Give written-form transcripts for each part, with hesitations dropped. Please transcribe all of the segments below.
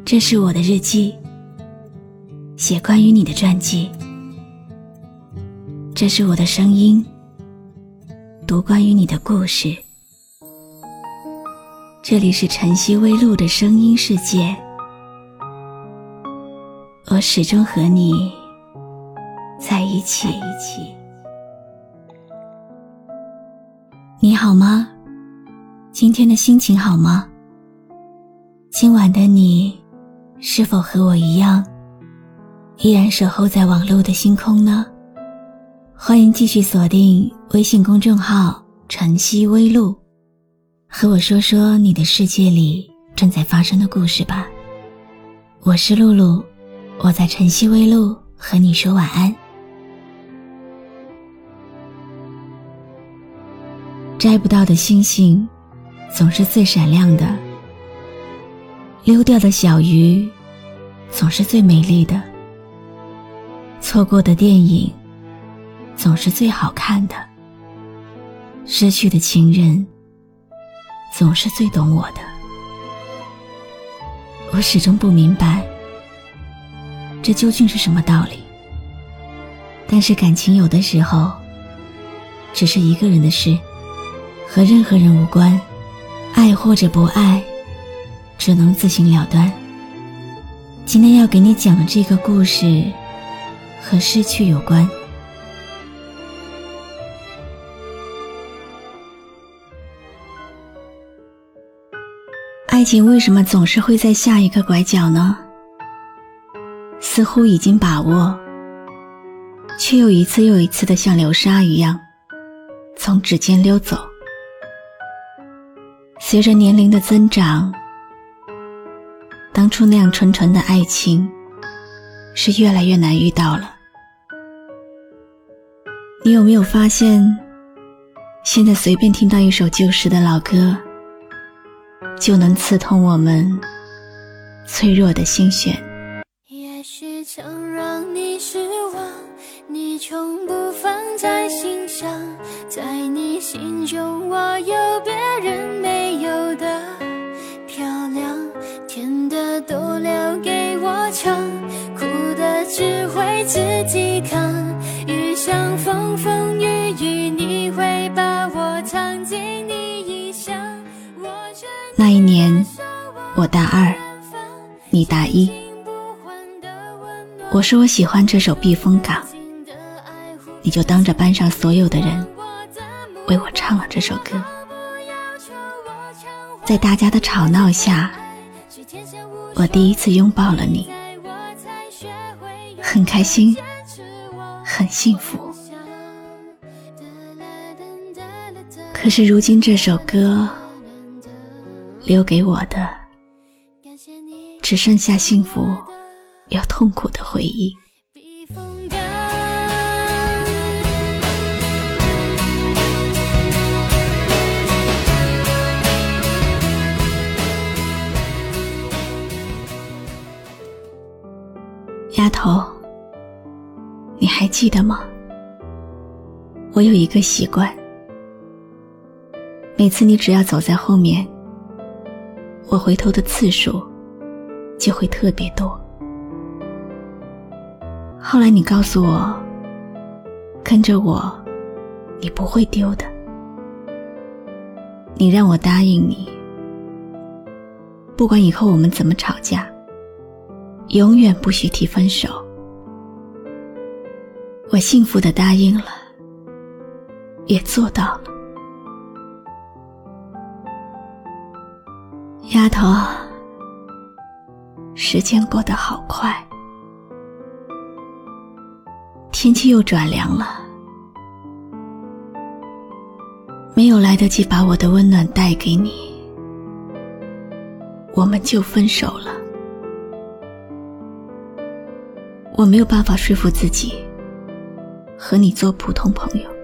这是我的日记，写关于你的传记。这是我的声音，读关于你的故事。这里是晨曦微露的声音世界，我始终和你在一起。你好吗？今天的心情好吗？今晚的你是否和我一样，依然守候在网络的星空呢？欢迎继续锁定微信公众号晨曦微露，和我说说你的世界里正在发生的故事吧。我是露露，我在晨曦微露和你说晚安。摘不到的星星总是最闪亮的，溜掉的小鱼总是最美丽的，错过的电影总是最好看的，失去的情人总是最懂我的。我始终不明白这究竟是什么道理，但是感情有的时候只是一个人的事，和任何人无关，爱或者不爱只能自行了断。今天要给你讲的这个故事和失去有关。爱情为什么总是会在下一个拐角呢？似乎已经把握，却又一次又一次地像流沙一样从指尖溜走。随着年龄的增长，当初那样纯纯的爱情是越来越难遇到了。你有没有发现，现在随便听到一首旧时的老歌，就能刺痛我们脆弱的心弦。 也许曾让你失望，你从不放在心上，在你心中我有别人没有的漂亮，甜的都留给我尝，苦的只会自己扛，遇上风风雨雨你会把我藏进你衣箱。 那一年我大二，你大一。我说我喜欢这首《避风港》，你就当着班上所有的人为我唱了这首歌。在大家的吵闹下，我第一次拥抱了你，很开心，很幸福。可是如今这首歌留给我的只剩下幸福又痛苦的回忆。丫头，你还记得吗？我有一个习惯，每次你只要走在后面，我回头的次数就会特别多。后来你告诉我，跟着我你不会丢的。你让我答应你，不管以后我们怎么吵架，永远不许提分手。我幸福地答应了，也做到了。丫头，时间过得好快，天气又转凉了，没有来得及把我的温暖带给你，我们就分手了。我没有办法说服自己和你做普通朋友，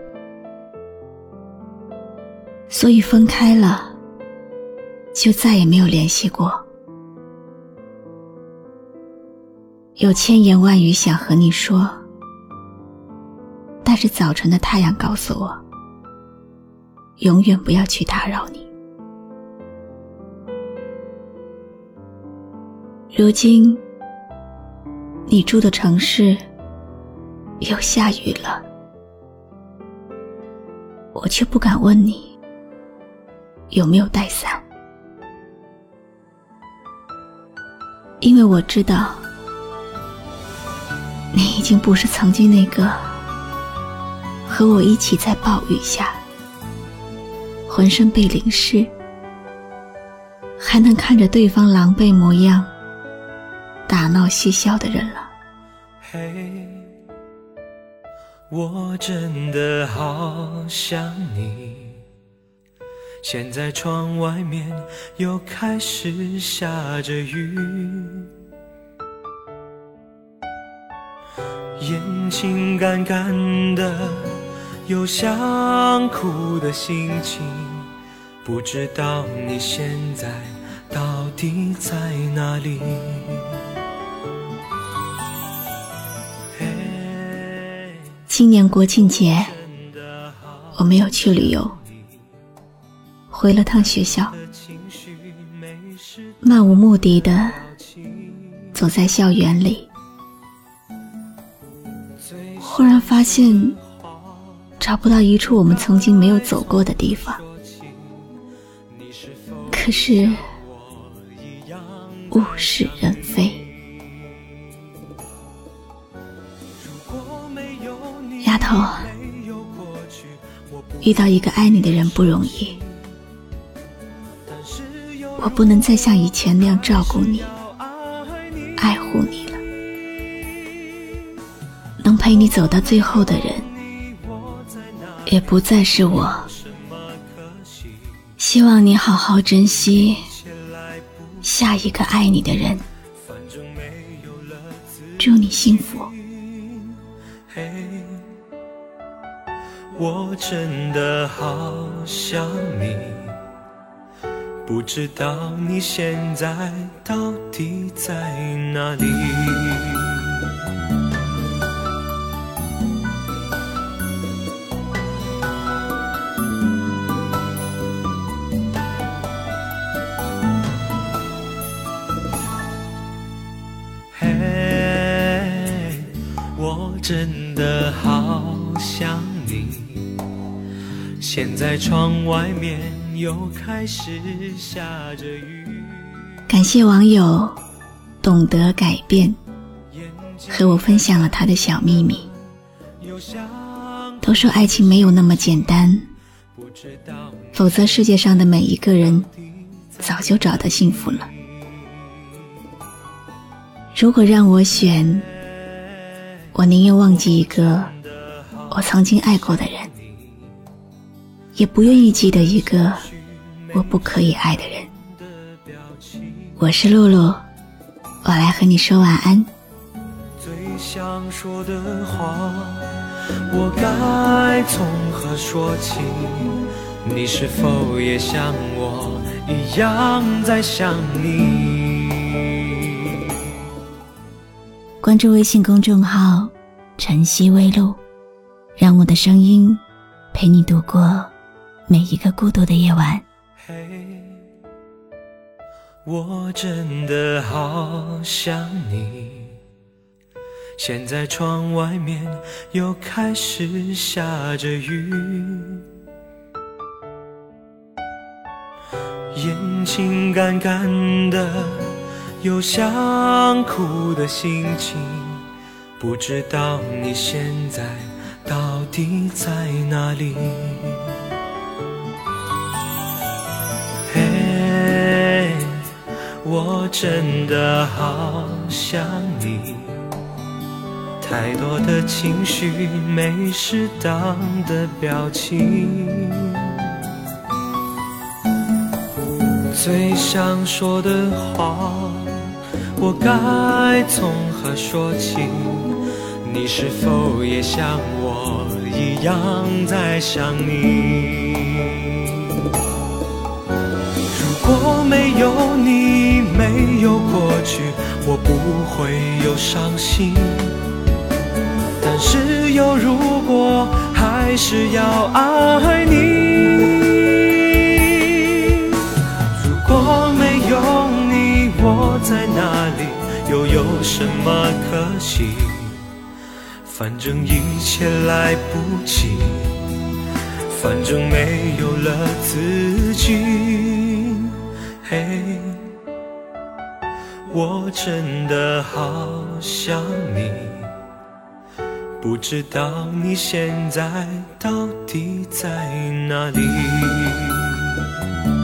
所以分开了，就再也没有联系过。有千言万语想和你说，但是早晨的太阳告诉我，永远不要去打扰你。 如今你住的城市又下雨了，我却不敢问你有没有带伞，因为我知道你已经不是曾经那个和我一起在暴雨下浑身被淋湿，还能看着对方狼狈模样打闹嬉笑的人了。 嘿，我真的好想你，现在窗外面又开始下着雨，眼睛干干的，有想哭的心情，不知道你现在到底在哪里。 今年国庆节我没有去旅游，回了趟学校，漫无目的地走在校园里，忽然发现找不到一处我们曾经没有走过的地方，可是物是人非。丫头，遇到一个爱你的人不容易，我不能再像以前那样照顾你爱护你了，能陪你走到最后的人也不再是我。希望你好好珍惜下一个爱你的人，祝你幸福。 我真的好想你，不知道你现在到底在哪里。嘿，我真的好想你，现在窗外面又开始下着雨。 感谢网友懂得改变和我分享了他的小秘密。都说爱情没有那么简单，否则世界上的每一个人早就找到幸福了。如果让我选，我宁愿忘记一个我曾经爱过的人，也不愿意记得一个我不可以爱的人。我是露露，我来和你说晚安。 最想说的话，我该从何说起？你是否也像我一样在想你？ 关注微信公众号晨曦微露，让我的声音陪你度过每一个孤独的夜晚。 我真的好想你，现在窗外面又开始下着雨，眼睛干干的，有想哭的心情，不知道你现在到底在哪里。嘿，我真的好想你，太多的情绪没适当的表情，最想说的话我该从何说起？你是否也像我一样在想你？如果没有你，没有过去，我不会有伤心。但是有如果，还是要爱你。如果没有你，我在哪里？ 又有什么可惜？反正一切来不及，反正没有了自己。嘿，我真的好想你，不知道你现在到底在哪里。